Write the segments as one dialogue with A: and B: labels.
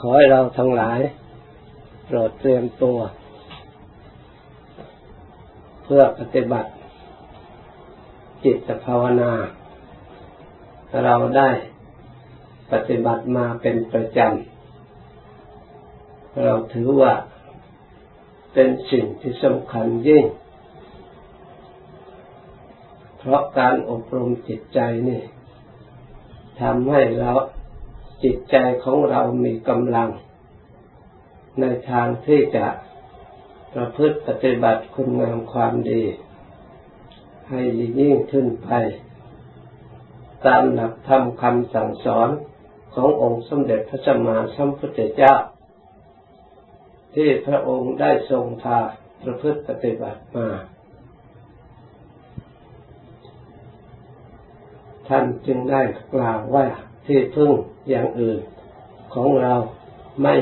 A: ขอให้เราทั้งหลายโปรดเตรียมตัวเพื่อปฏิบัติจิตภาวนาเราได้ปฏิบัติมาเป็นประจำเราถือว่าเป็นสิ่งที่สำคัญยิ่งเพราะการอบรมจิตใจนี่ทำให้เราจิตใจของเรามีกำลังในทางที่จะประพฤติปฏิบัติคุณงามความดีให้ยิ่งขึ้นไปตามหลักธรรมคำสั่งสอนขององค์สมเด็จพระสัมมาสัมพุทธเจ้าที่พระองค์ได้ทรงพาประพฤติปฏิบัติมาท่านจึงได้กล่าวว่าที่พึ่งอย่างอื่นของเราไม่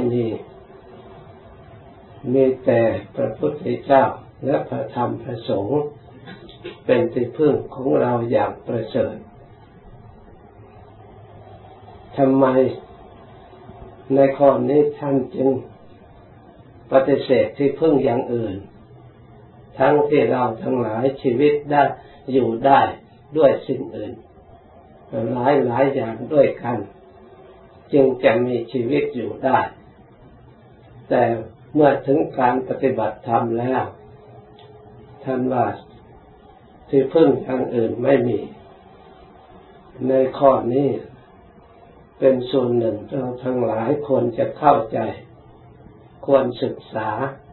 A: มีแต่พระพุทธเจ้าและพระธรรมพระสงฆ์เป็นที่พึ่งของเราอย่างประเสริฐทำไมในข้อนี้ท่านจึงปฏิเสธที่พึ่งอย่างอื่นทั้งที่เราทั้งหลายชีวิตได้อยู่ได้ด้วยสิ่งอื่นหลายอย่างด้วยกันจึงจะมีชีวิตอยู่ได้แต่เมื่อถึงการปฏิบัติธรรมแล้วท่านว่าที่พึ่งทางอื่นไม่มีในข้อนี้เป็นส่วนหนึ่งเราทั้งหลายควรจะเข้าใจควรศึกษา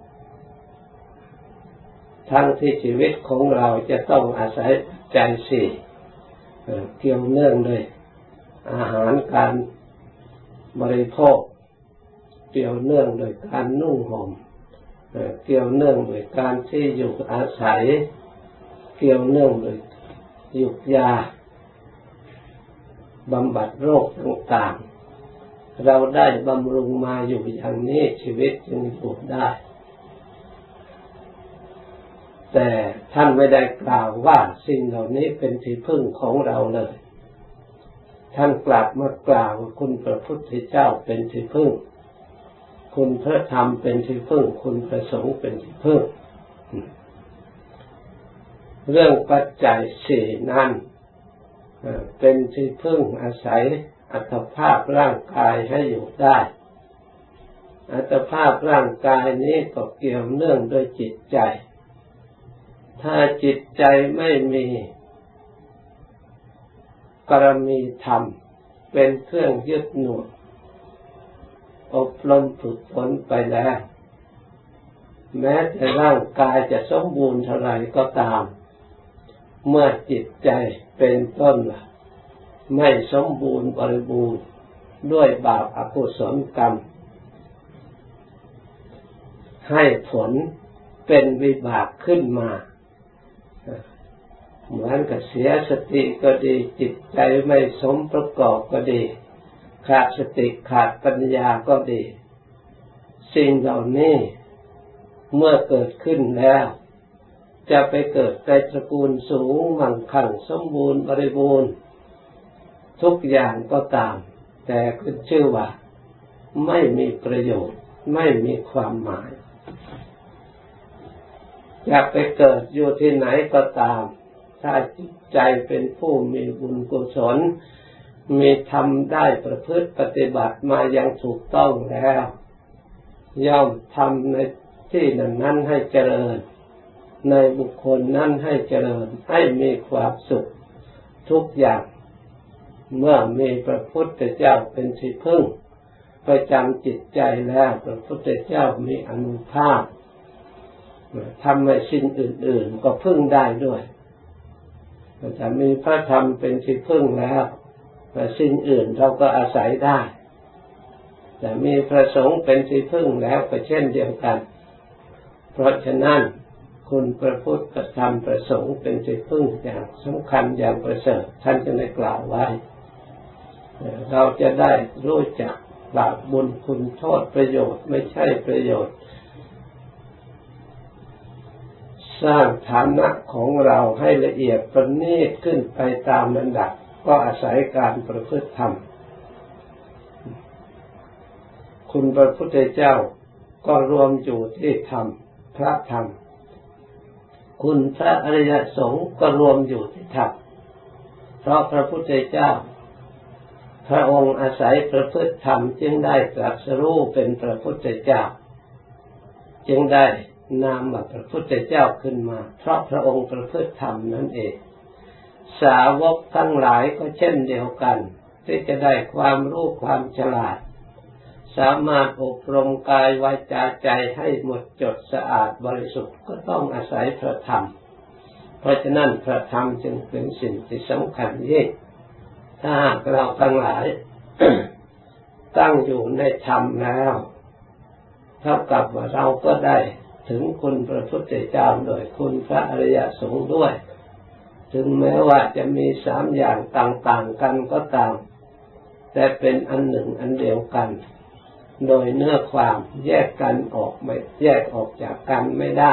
A: ทั้งที่ชีวิตของเราจะต้องอาศัยใจสี่เกี่ยวเนื่องด้วยอาหารการบริโภคเกี่ยวเนื่องโดยการนุ่งห่มเกี่ยวเนื่องโดยการที่อยู่อาศัยเกี่ยวเนื่องโดยยุกยาบำบัดโรคต่างๆเราได้บำรุงมาอยู่อย่างนี้ชีวิตจึงอยู่ได้แต่ท่านไม่ได้กล่าวว่าสิ่งเหล่านี้เป็นที่พึ่งของเราเลยท่านกลับมากล่าวว่าคุณพระพุทธเจ้าเป็นที่พึ่งคุณพระธรรมเป็นที่พึ่งคุณพระสงฆ์เป็นที่พึ่งเรื่องปัจจัยสี่นั้นเป็นที่พึ่งอาศัยอัตภาพร่างกายให้อยู่ได้อัตภาพร่างกายนี้ก็เกี่ยวเนื่องด้วยจิตใจถ้าจิตใจไม่มีปรมีธรรมเป็นเครื่องยึดหน่วงอบรมฝึกฝนไปแล้วแม้แต่ร่างกายจะสมบูรณ์เท่าไรก็ตามเมื่อจิตใจเป็นต้นไม่สมบูรณ์บริบูรณ์ด้วยบาปอกุศลกรรมให้ผลเป็นวิบากขึ้นมาเหมือนกับเสียสติก็ดีจิตใจไม่สมประกอบก็ดีขาดสติขาดปัญญาก็ดีสิ่งเหล่านี้เมื่อเกิดขึ้นแล้วจะไปเกิดในตระกูลสูงมั่งคั่งสมบูรณ์บริบูรณ์ทุกอย่างก็ตามแต่ขึ้นชื่อว่าไม่มีประโยชน์ไม่มีความหมายจะไปเกิดอยู่ที่ไหนก็ตามถ้าจิตใจเป็นผู้มีบุญกุศลมีธรรมได้ประพฤติปฏิบัติมาอย่างถูกต้องแล้วย่อมทำในที่นั้นให้เจริญในบุคคลนั้นให้เจริญให้มีความสุขทุกอย่างเมื่อมีพระพุทธเจ้าเป็นที่พึ่งประจำจิตใจแล้วพระพุทธเจ้ามีอานุภาพทำให้สิ่งอื่นๆก็พึ่งได้ด้วยจะมีพระธรรมเป็นที่พึ่งแล้วสิ่งอื่นเราก็อาศัยได้แต่มีพระสงฆ์เป็นที่พึ่งแล้วก็เช่นเดียวกันเพราะฉะนั้นคุณพระพุทธพระธรรมพระสงฆ์เป็นที่พึ่งอย่างสำคัญอย่างประเสริฐท่านจะได้กล่าวไว้เราจะได้รู้จักบาปบุญคุณโทษประโยชน์ไม่ใช่ประโยชน์สร้างฐานะของเราให้ละเอียดประณีตขึ้นไปตามลำดับก็อาศัยการประพฤติธรรมคคุณพระพุทธเจ้าก็รวมอยู่ที่ธรรมพระธรรมคุณพระอริยสงฆ์ก็รวมอยู่ที่ธรรมเพราะพระพุทธเจ้าพระองค์อาศัยประพฤติธรรมจึงได้ตรัสรู้เป็นพระพุทธเจ้าจึงได้นามว่าพระพุทธเจ้าขึ้นมาเพราะพระองค์ประพฤติธรรมนั่นเองสาวกทั้งหลายก็เช่นเดียวกันที่จะได้ความรู้ความฉลาดสามารถอบรมกายวาจาใจให้หมดจดสะอาดบริสุทธิ์ก็ต้องอาศัยพระธรรมเพราะฉะนั้นพระธรรมจึงเป็นสิ่งที่สำคัญยิ่งถ้าหากเราทั้งหลาย ตั้งอยู่ในธรรมแล้วเท่ากับว่าเราก็ได้ถึงคุณพระพุทธเจ้าโดยคุณพระอริยสงฆ์ด้วยถึงแม้ว่าจะมี3อย่างต่างๆกันก็ตามแต่เป็นอันหนึ่งอันเดียวกันโดยเนื้อความแยกกันออกไม่แยกออกจากกันไม่ได้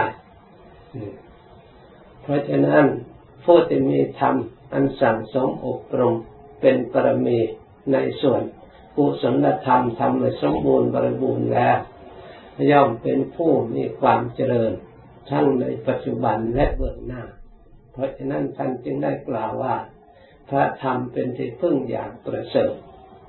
A: เพราะฉะนั้นผู้ที่มีธรรมอันสั่งสมอบรมเป็นปรมีในส่วนกุศลธรรมทำให้สมบูรณ์บริบูรณ์แล้วย่อมเป็นผู้มีความเจริญทั้งในปัจจุบันและเบื้องหน้าเพราะฉะนั้นท่านจึงได้กล่าวว่าพระธรรมเป็นที่พึ่งอย่างประเสริฐ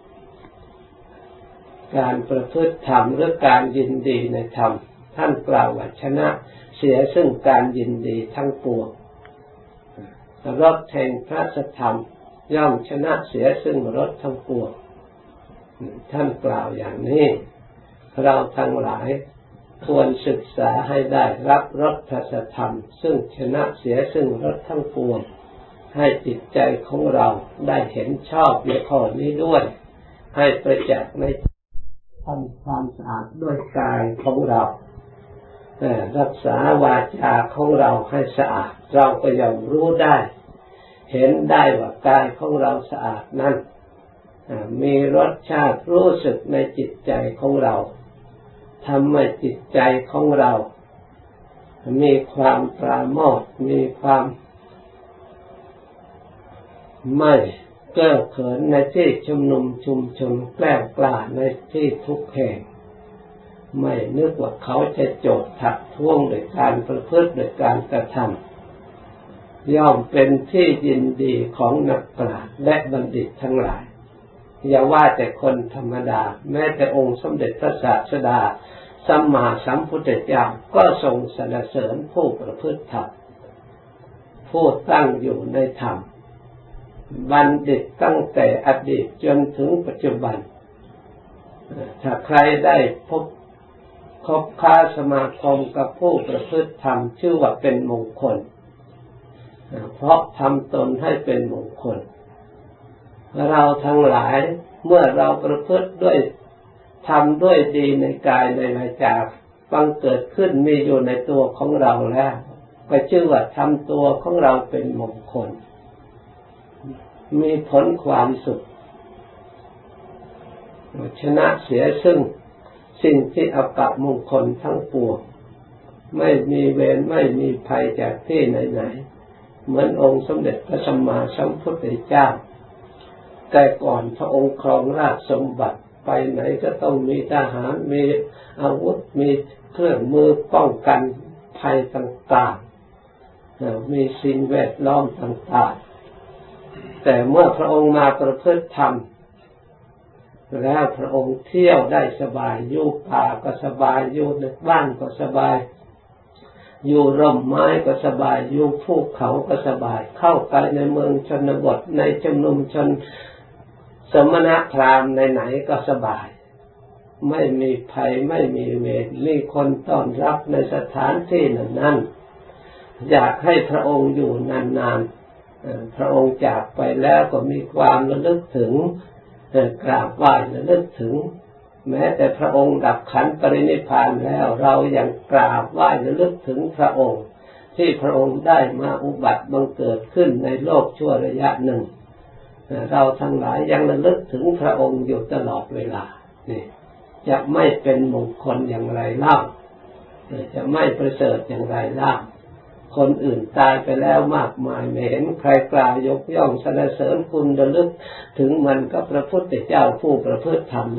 A: การประพฤติธรรมหรือการยินดีในธรรมท่านกล่าวว่าชนะเสียซึ่งการยินดีทั้งปวงรสแห่งพระธรรมย่อมชนะเสียซึ่งรสทั้งปวงท่านกล่าวอย่างนี้เราทั้งหลายควรศึกษาให้ได้รับรสธรรมซึ่งชนะเสียซึ่งรสทั้งปวงให้จิตใจของเราได้เห็นชอบในข้อนี้ด้วยให้ประจักษ์ในทำความสะอาดด้วยกายของเรารักษาวาจาของเราให้สะอาดเราก็ย่อมรู้ได้เห็นได้ว่ากายของเราสะอาดนั้นมีรสชาติรู้สึกในจิตใจของเราทำให้จิตใจของเรามีความปราโมทย์มีความไม่เก้อเขินในที่ชุมนุมชุมชนแกล้วกล้าในที่ทุกแห่งไม่นึกว่าเขาจะโจทย์ถักท้วงโดยการประพฤติโดยการกระทำย่อมเป็นที่ยินดีของนักปราชญ์และบัณฑิตทั้งหลายอย่าว่าแต่คนธรรมดาแม้แต่องค์สมเด็จพระศาสดาสัมมาสัมพุทธเจ้าก็ทรงสรรเสริญผู้ประพฤติธรรมผู้ตั้งอยู่ในธรรมบัณฑิตตั้งแต่อดีตจนถึงปัจจุบันถ้าใครได้คบค้าสมาคมกับผู้ประพฤติธรรมชื่อว่าเป็นมงคลเพราะทำตนให้เป็นมงคลเราทั้งหลายเมื่อเราประพฤติด้วยทำด้วยดีในกายในวาจาบังเกิดขึ้นมีอยู่ในตัวของเราแล้วก็ชื่อว่าทำตัวของเราเป็นมงคลมีผลความสุขชนะเสียซึ่งสิ่งที่อัปมงคลทั้งปวงไม่มีเวรไม่มีภัยจากที่ไหนๆเหมือนองค์สมเด็จพระสัมมาสัมพุทธเจ้าแต่ก่อนพระองค์ครองราชสมบัติไปไหนก็ต้องมีทหารมีอาวุธมีเครื่องมือป้องกันภัยต่างๆมีสิ่งแวดล้อมต่างๆแต่เมื่อพระองค์มาประพฤติธรรมแล้วพระองค์เที่ยวได้สบายอยู่ป่าก็สบายอยู่ในบ้านก็สบายอยู่ร่มไม้ก็สบายอยู่ภูเขาก็สบายเข้าไปในเมืองชนบทในชุมนุมชนสมณพราหมณ์ไหนๆก็สบายไม่มีภัยไม่มีเวรมีคนต้อนรับในสถานที่นั้นอยากให้พระองค์อยู่นานๆพระองค์จากไปแล้วก็มีความระลึกถึงกราบไหว้ระลึกถึงแม้แต่พระองค์ดับขันธ์ปรินิพพานแล้วเรายังกราบไหว้ระลึกถึงพระองค์ที่พระองค์ได้มาอุบัติบังเกิดขึ้นในโลกชั่วระยะหนึ่งเราทั้งหลายยังระลึกถึงพระองค์อยู่ตลอดเวลานี่จะไม่เป็นมงคลอย่างไรเล่าจะไม่ประเสริฐอย่างไรเล่าคนอื่นตายไปแล้วมากมายไม่เห็นใครกล่าวยกย่องสรรเสริญคุณระลึกถึงมันก็พระพุทธเจ้าผู้ประพฤติธรรมเลย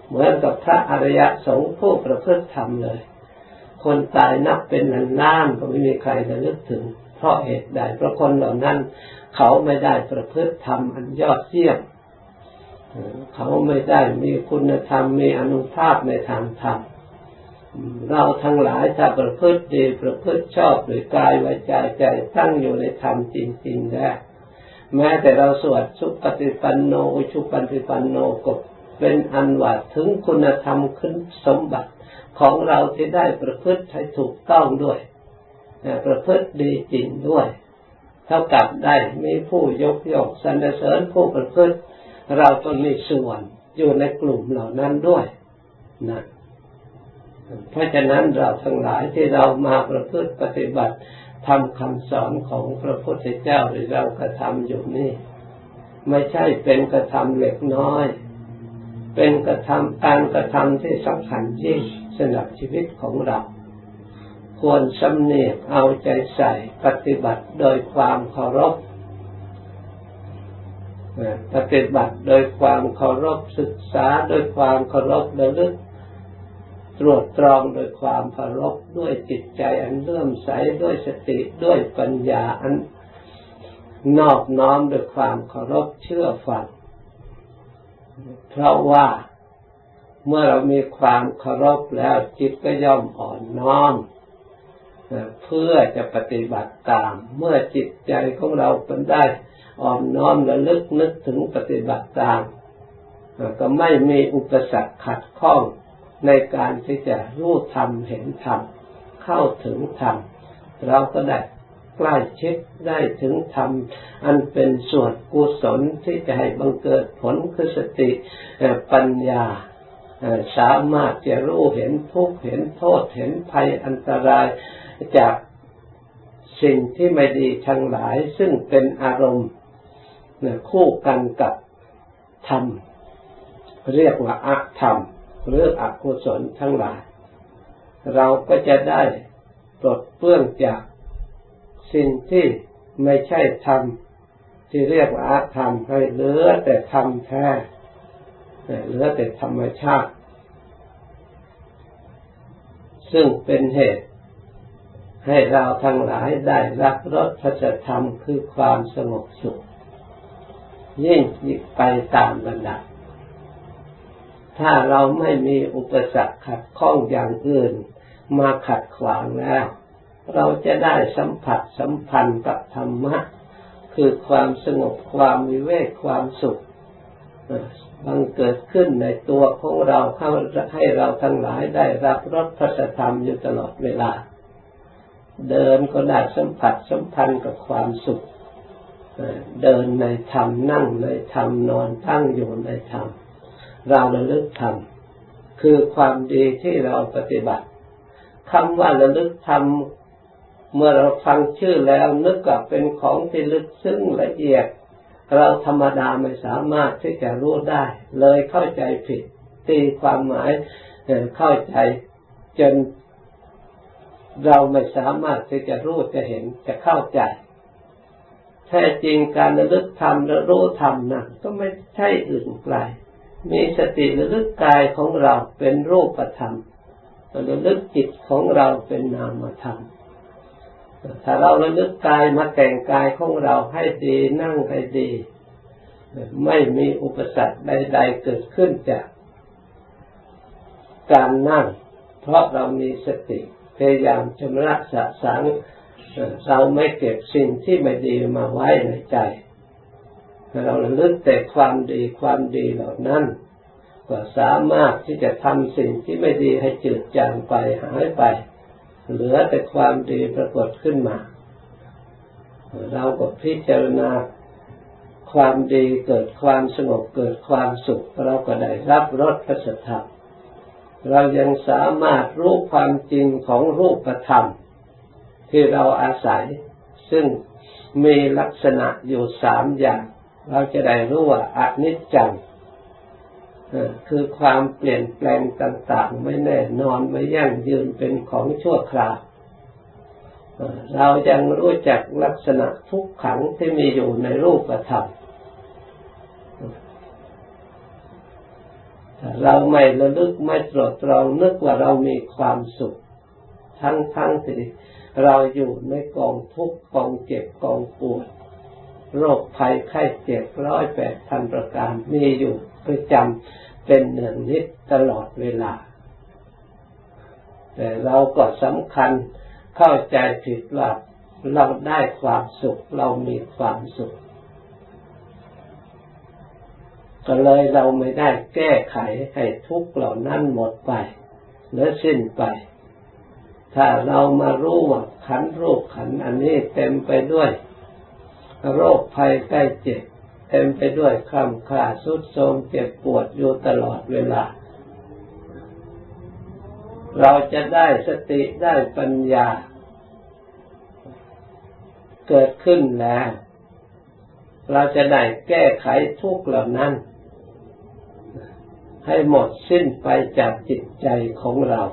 A: เหมือนกับพระอริยสงฆ์ผู้ประพฤติธรรมเลยคนตายนับเป็นล้านๆก็ไม่มีใครระลึกถึงเพราะเหตุใดเพราะคนเหล่านั้นเขาไม่ได้ประพฤติธรรมอันยอดเยี่ยมเขาไม่ได้มีคุณธรรมมีอานุภาพในทางธรรมเราทั้งหลายถ้าประพฤติดีประพฤติชอบโดยกายวาจาใจตั้งอยู่ในธรรมจริงๆแล้วแม้แต่เราสวดสุปฏิปันโนอุชุปฏิปันโนก็เป็นอันว่าถึงคุณธรรมขึ้นสมบัติของเราที่ได้ประพฤติให้ถูกต้องด้วยประพฤติดีจริงด้วยเท่ากับได้มีผู้ยกย่องสรรเสริญผู้ประพฤติเราก็มีส่วนอยู่ในกลุ่มเหล่านั้นด้วยนะเพราะฉะนั้นเราทั้งหลายที่เรามาประพฤติปฏิบัติทำคำสอนของพระพุทธเจ้าหรือเรากระทำอยู่นี่ไม่ใช่เป็นกระทำเล็กน้อยเป็นกระทำการกระทำที่สำคัญยิ่งสำหรับชีวิตของเราควรสำเนียกเอาใจใส่ปฏิบัติโดยความเคารพปฏิบัติโดยความเคารพศึกษาโดยความเคารพระลึกตรวจตรองโดยความเคารพด้วยจิตใจอันเลื่อมใสด้วยสติด้วยปัญญาอันนอบน้อมด้วยความเคารพเชื่อฟังเพราะว่าเมื่อเรามีความเคารพแล้วจิตก็ย่อมอ่อนน้อมเพื่อจะปฏิบัติตามเมื่อจิตใจของเราเป็นได้อ่อนน้อมระลึกนึกถึงปฏิบัติตามก็ไม่มีอุปสรรคขัดข้องในการที่จะรู้ธรรมเห็นธรรมเข้าถึงธรรมเราก็ได้ใกล้ชิดได้ถึงธรรมอันเป็นส่วนกุศลที่จะให้บังเกิดผลคือสติปัญญาสามารถจะรู้เห็นทุกข์เห็นโทษเห็นภัยอันตรายจากสิ่งที่ไม่ดีทั้งหลายซึ่งเป็นอารมณ์คู่กันกับธรรมเรียกว่าอธรรมหรืออกุศลทั้งหลายเราก็จะได้ปลดเปลื้องจากสิ่งที่ไม่ใช่ธรรมที่เรียกว่าอธรรมให้เหลือแต่ธรรมแท้เหลือแต่ธรรมชาติซึ่งเป็นเหตุให้เราทั้งหลายได้รับรสพระธรรมคือความสงบสุขยิ่งไปตามลำดับถ้าเราไม่มีอุปสรรคขัดข้องอย่างอื่นมาขัดขวางแล้วเราจะได้สัมผัสสัมพันธ์กับธรรมะคือความสงบความวิเวกความสุขบังเกิดขึ้นในตัวของเราเข้าให้เราทั้งหลายได้รับรสพระธรรมอยู่ตลอดเวลาเดินก็ได้สัมผัสสัมพันธ์กับความสุขเดินในธรรมนั่งในธรรมนอนตั้งอยู่ในธรรมเราระลึกธรรมคือความดีที่เราปฏิบัติคำว่าระลึกธรรมเมื่อเราฟังชื่อแล้วนึกว่าเป็นของที่ลึกซึ้งละเอียดเราธรรมดาไม่สามารถที่จะรู้ได้เลยเข้าใจผิดตีความหมายเข้าใจจนเราไม่สามารถที่จะรู้จะเห็นจะเข้าใจแท้จริงการระลึกธรรมและรู้ธรรมนั้นก็ไม่ใช่อื่นไกลมีสติระลึกกายของเราเป็นรูปธรรมระลึกจิตของเราเป็นนามธรรมถ้าเราระลึกกายมาแต่งกายของเราให้ดีนั่งให้ดีไม่มีอุปสรรคใดๆเกิดขึ้นจากการนั่งเพราะเรามีสติพยายามชำระสะสางเราไม่เก็บสิ่งที่ไม่ดีมาไว้ในใจเราระลึกแต่ความดีเหล่านั้นก็สามารถที่จะทำสิ่งที่ไม่ดีให้จืดจางไปหายไปเหลือแต่ความดีปรากฏขึ้นมาเราก็พิจารณาความดีเกิดความสงบเกิดความสุขเราก็ได้รับรสพระธรรมเรายังสามารถรู้ความจริงของรูปธรรมที่เราอาศัยซึ่งมีลักษณะอยู่3อย่างเราจะได้รู้ว่าอนิจจังคือความเปลี่ยนแปลงต่างๆไม่แน่นอนไม่ยั่งยืนเป็นของชั่วคราวเรายังรู้จักลักษณะทุกขังที่มีอยู่ในรูปธรรมเราไม่ระลึกไม่ตรวจตรองนึกว่าเรามีความสุขทั้งที่เราอยู่ในกองทุกข์กองเจ็บกองปวดโรคภัยไข้เจ็บ108,000 ประการมีอยู่ประจำเป็นเนืองนิดตลอดเวลาแต่เราก็สำคัญเข้าใจผิดว่าเราได้ความสุขเรามีความสุขก็เลยเราไม่ได้แก้ไขให้ทุกข์เหล่านั้นหมดไปหรือสิ้นไปถ้าเรามารู้ว่าขันธ์รูปขันธ์อันนี้เต็มไปด้วยโรคภัยใกล้เจ็บเต็มไปด้วยคร่ำคร่าทรุดโทรมเจ็บปวดอยู่ตลอดเวลาเราจะได้สติได้ปัญญาเกิดขึ้นแล้วเราจะได้แก้ไขทุกข์เหล่านั้นให้หมดสิ้นไปจากจิตใจของเรา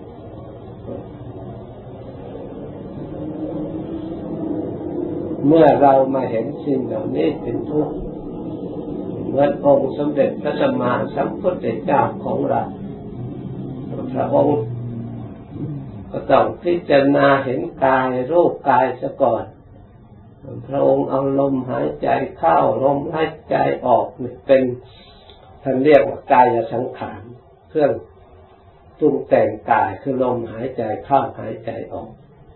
A: เมื่อเรามาเห็นสิ่งเหล่านี้เป็นทุกข์เหมือนองค์สมเด็จพระสัมมาสัมพุทธเจ้าของเราพระองค์ก็ต้องพิจารณาเห็นกายรูปกายซะก่อนพระองค์เอาลมหายใจเข้าลมหายใจออกเป็นท่านเรียกว่ากายสังขารเครื่องปรุงแต่งกายคือลมหายใจเข้าหายใจออก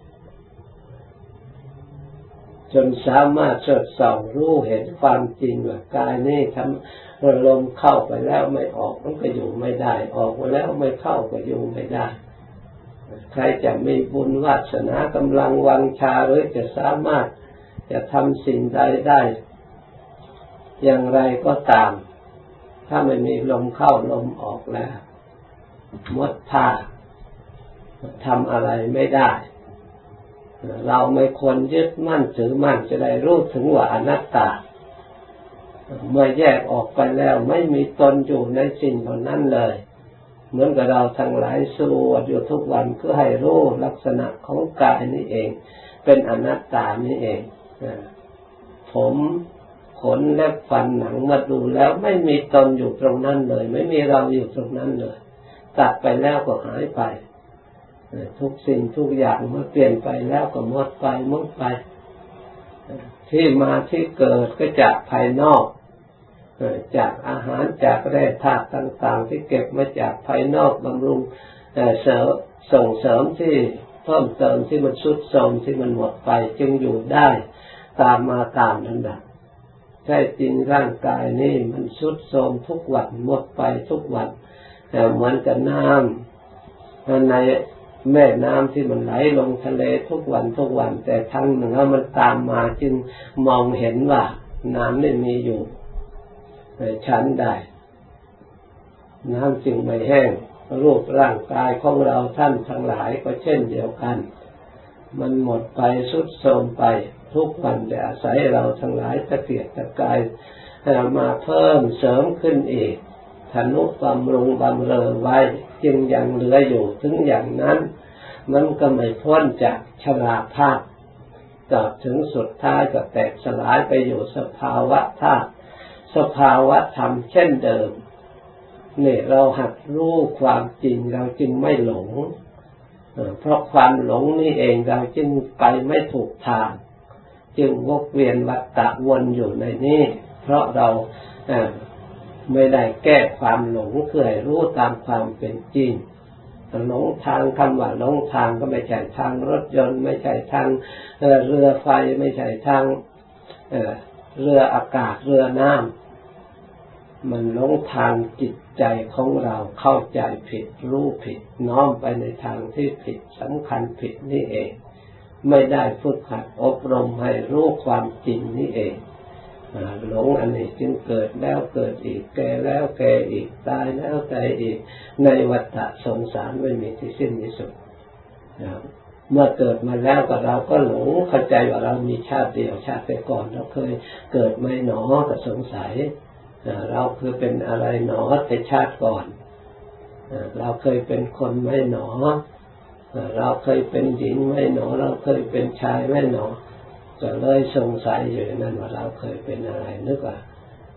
A: จนสามารถสดส่องรู้เห็นความจริงว่ากายนี้ทำลมเข้าไปแล้วไม่ออกมันก็อยู่ไม่ได้ออกมาแล้วไม่เข้าก็อยู่ไม่ได้ใครจะมีบุญวาสนากำลังวังชาหรือจะสามารถจะทำสิ่งใดได้อย่างไรก็ตามถ้าไม่มีลมเข้าลมออกแล้วหมดท่าทำอะไรไม่ได้เราไม่ควรยึดมั่นถือมั่นจะได้รู้ถึงว่าอนัตตาเมื่อแยกออกไปแล้วไม่มีตนอยู่ในสิ่งเหล่านั้นเลยเหมือนกับเราทั้งหลายสวดอยู่ทุกวันเพื่อให้รู้ลักษณะของกายนี้เองเป็นอนัตตานี้เองผมขนเล็บฟันหนังมาดูแล้วไม่มีตนอยู่ตรงนั้นเลยไม่มีเราอยู่ตรงนั้นเลยตัดไปแล้วก็หายไปทุกสิ่งทุกอย่างเมื่อเปลี่ยนไปแล้วก็หมดไปที่มาที่เกิดก็จากภายนอกจากอาหารจากแร่ธาตุต่างๆที่เก็บมาจากภายนอกบำรุงส่งเสริมที่เพิ่มเติมที่มันทรุดโทรมที่มันหมดไปจึงอยู่ได้ตามมาตามลำดับใช่จริงร่างกายนี่มันทรุดโทรมทุกวันหมดไปทุกวันเหมือนกับน้ำในแม่น้ำที่มันไหลลงทะเลทุกวันแต่ทางเหนือมันตามมาจึงมองเห็นว่าน้ำนี่มีอยู่ชั้นใดน้ำจึงไม่แห้งรูปร่างกายของเราท่านทั้งหลายก็เช่นเดียวกันมันหมดไปทรุดโทรมไปทุกวันแต่อาศัยเราทั้งหลายตะเกียกตะกายมาเพิ่มเสริมขึ้นอีกทนุบำรุงบำเรอไว้จึงยังเหลืออยู่ถึงอย่างนั้นมันก็ไม่พ้นจากชราภาพต่อถึงสุดท้ายก็แตกสลายไปอยู่สภาวะธาตุสภาวะธรรมเช่นเดิมนี่เราหัดรู้ความจริงเราจึงไม่หลงเพราะความหลงนี่เองเราจึงไปไม่ถูกทางจึงวกเวียนวัฏฏะวนอยู่ในนี้เพราะเราไม่ได้แก้ความหลงเพื่อให้รู้ตามความเป็นจริงหลงทางคำว่าหลงทางก็ไม่ใช่ทางรถยนต์ไม่ใช่ทางเรือไฟไม่ใช่ทางเรืออากาศเรือน้ำมันหลงทางจิตใจของเราเข้าใจผิดรู้ผิดน้อมไปในทางที่ผิดสำคัญผิดนี่เองไม่ได้ฝึกหัดอบรมให้รู้ความจริงนี่เองหลงอันนี้จึงเกิดแล้วเกิดอีกแก่แล้วแก่อีกตายแล้วตายอีกในวัฏฏะสงสารไม่มีที่สิ้นที่สุดเมื่อเกิดมาแล้วก็เราก็หลงเข้าใจว่าเรามีชาติเดียวชาติก่อนเราเคยเกิดไม่หนอก็สงสัยเราคือเป็นอะไรหนอแต่ชาติก่อนเราเคยเป็นคนไม่หนอเราเคยเป็นหญิงไม่หนอเราเคยเป็นชายไม่หนอก็เลยสงสัยอยู่นั่นว่าเราเคยเป็นอะไรนึกว่า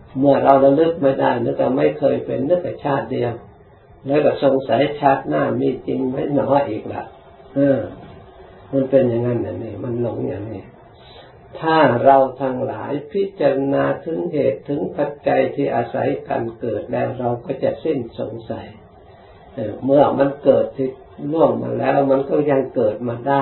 A: เมื่อเราระลึกไม่ได้นึกว่าไม่เคยเป็นนึกแต่ชาติเดียวแล้วก็สงสัยชาติหน้ามีจริงไหมหนออีกล่ะมันเป็นอย่างนั้นนี่มันหลงอย่างนี้ถ้าเราทั้งหลายพิจารณาถึงเหตุถึงปัจจัยที่อาศัยกันเกิดแล้วเราก็จะสิ้นสงสัยเมื่อมันเกิดที่ล่วงมาแล้วมันก็ยังเกิดมาได้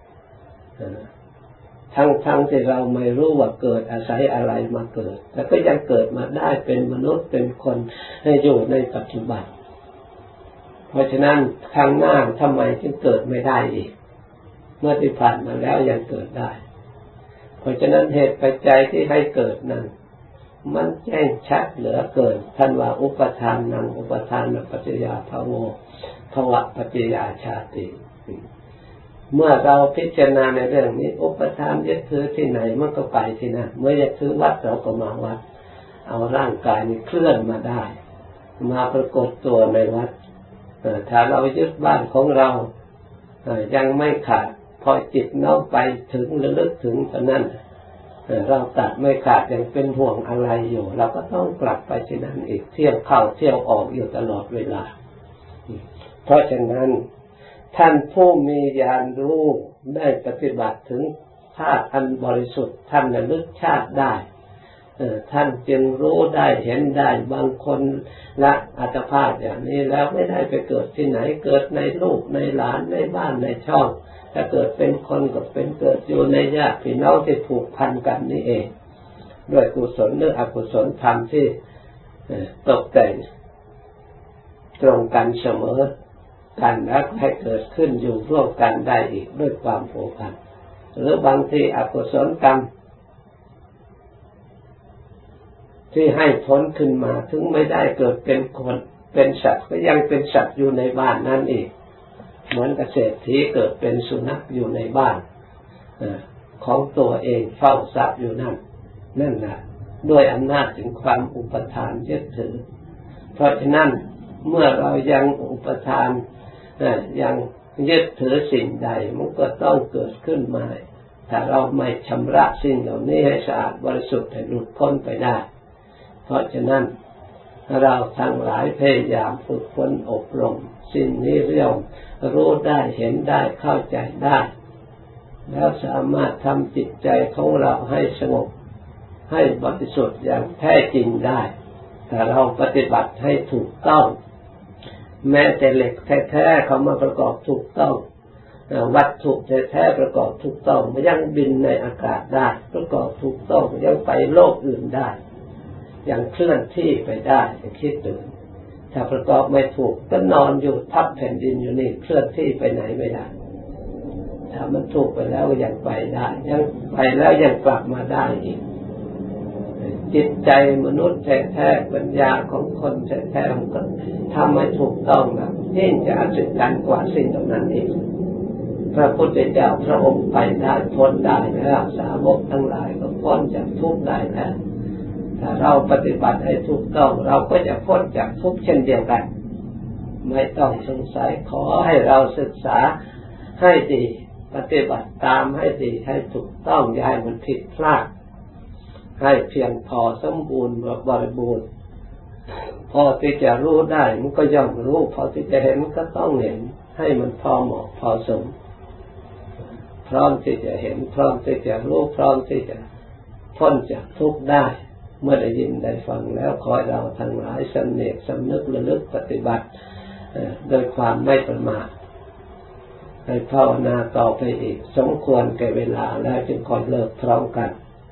A: ทั้งที่เราไม่รู้ว่าเกิดอาศัยอะไรมาเกิดแต่ก็ยังเกิดมาได้เป็นมนุษย์เป็นคนอยู่ในปัจจุบันเพราะฉะนั้นข้างหน้าทำไมจึงเกิดไม่ได้อีกเมื่อที่ผ่านมาแล้วยังเกิดได้เพราะฉะนั้นเหตุปัจจัยที่ให้เกิดนั้นมันแจ้งชัดเหลือเกินท่านว่าอุปทานนังอุปทานปัจจยาภโวภวะปัจจยาชาติเมื่อเราพิจารณาในเรื่องนี้อุปทานยึดถือที่ไหนมันก็ไปที่นั่นเมื่อยึดถือวัดเราก็มาวัดเอาร่างกายนี้เคลื่อนมาได้มาปรากฏตัวในวัดถ้าเรายึดบ้านของเรายังไม่ขาดพอจิตน้อมไปถึงระลึกถึงตอนนั้นเราตัดไม่ขาดยังเป็นห่วงอะไรอยู่เราก็ต้องกลับไปที่นั่นอีกเที่ยวเข้าเที่ยวออกอยู่ตลอดเวลาเพราะฉะนั้นท่านผู้มีญาณรู้ได้ปฏิบัติถึงธาตุอันบริสุทธิ์ท่านระลึกชาติได้ท่านจึงรู้ได้เห็นได้บางคนละอัตภาพอย่างนี้แล้วไม่ได้ไปเกิดที่ไหนเกิดในลูกในหลานในบ้านในช่องถ้าเกิดเป็นคนก็เป็นเกิดอยู่ในญาติพี่น้องที่ผูกพันกันนี่เองด้วยกุศลหรืออกุศลธรรมที่ตกแต่งตรงกันเสมอกันแล้วให้เกิดขึ้นอยู่ร่วมกันได้อีกด้วยความผูกพันหรือบางทีอกุศลกรรมที่ให้ผลขึ้นมาถึงไม่ได้เกิดเป็นคนเป็นสัตว์ก็ยังเป็นสัตว์อยู่ในบ้านนั่นเองเหมือนเกษตรที่เกิดเป็นสุนัขอยู่ในบ้านของตัวเองเฝ้าทรัพย์อยู่นั่นแหละด้วยอำนาจถึงความอุปทานยึดถือเพราะฉะนั้นเมื่อเรายังอุปทานยังยึดถือสิ่งใดมันก็ต้องเกิดขึ้นมาถ้าเราไม่ชำระสิ่งเหล่านี้ให้สะอาดบริสุทธิ์ให้หลุดพ้นไปได้เพราะฉะนั้นเราทั้งหลายพยายามฝึกฝนอบรมสิ่งนี้เรียกรู้ได้เห็นได้เข้าใจได้แล้วสามารถทำจิตใจของเราให้สงบให้บริสุทธิ์อย่างแท้จริงได้แต่เราปฏิบัติให้ถูกต้องแม้แต่เหล็กแท้ๆเขามาประกอบถูกต้องวัตถุแท้ๆประกอบถูกต้องมันยังบินในอากาศได้ประกอบถูกต้องยังไปโลกอื่นได้ยังเคลื่อนที่ไปได้คิดดูถ้าประกอบไม่ถูกก็นอนอยู่ทับแผ่นดินอยู่นี่เคลื่อนที่ไปไหนไม่ได้ถ้ามันถูกไปแล้วยังไปได้ยังไปแล้วยังกลับมาได้อีกจิตใจมนุษย์แท้ๆปัญญาของคนแท้ๆมันก็ทำให้ถูกต้องนะยิ่งจะอัศจรรย์กว่าสิ่งเหล่านั้นอีกพระพุทธเจ้าพระองค์ไปได้พ้นได้แล้วสาวกทั้งหลายก็พ้นจากทุกข์ได้แล้วถ้าเราปฏิบัติให้ถูกต้องเราก็จะพ้นจากทุกข์เช่นเดียวกันไม่ต้องสงสัยขอให้เราศึกษาให้ดีปฏิบัติตามให้ดีให้ถูกต้องอย่าให้มันผิดพลาดให้เพียงพอสมบูรณ์บริบูรณ์พอที่จะรู้ได้มันก็ย่อมรู้พอที่จะเห็นก็ต้องเห็นให้มันพอเหมาะพอสมพร้อมที่จะเห็นพร้อมที่จะรู้พร้อมที่จะพ้นจากทุกข์ได้เมื่อได้ยินได้ฟังแล้วขอให้เราทั้งหลายสำเนียกสำนึกระลึกปฏิบัติโดยความไม่ประมาทให้ภาวนาต่อไปอีกสมควรแก่เวลาแล้วจึงขอเลิกพร้อมกัน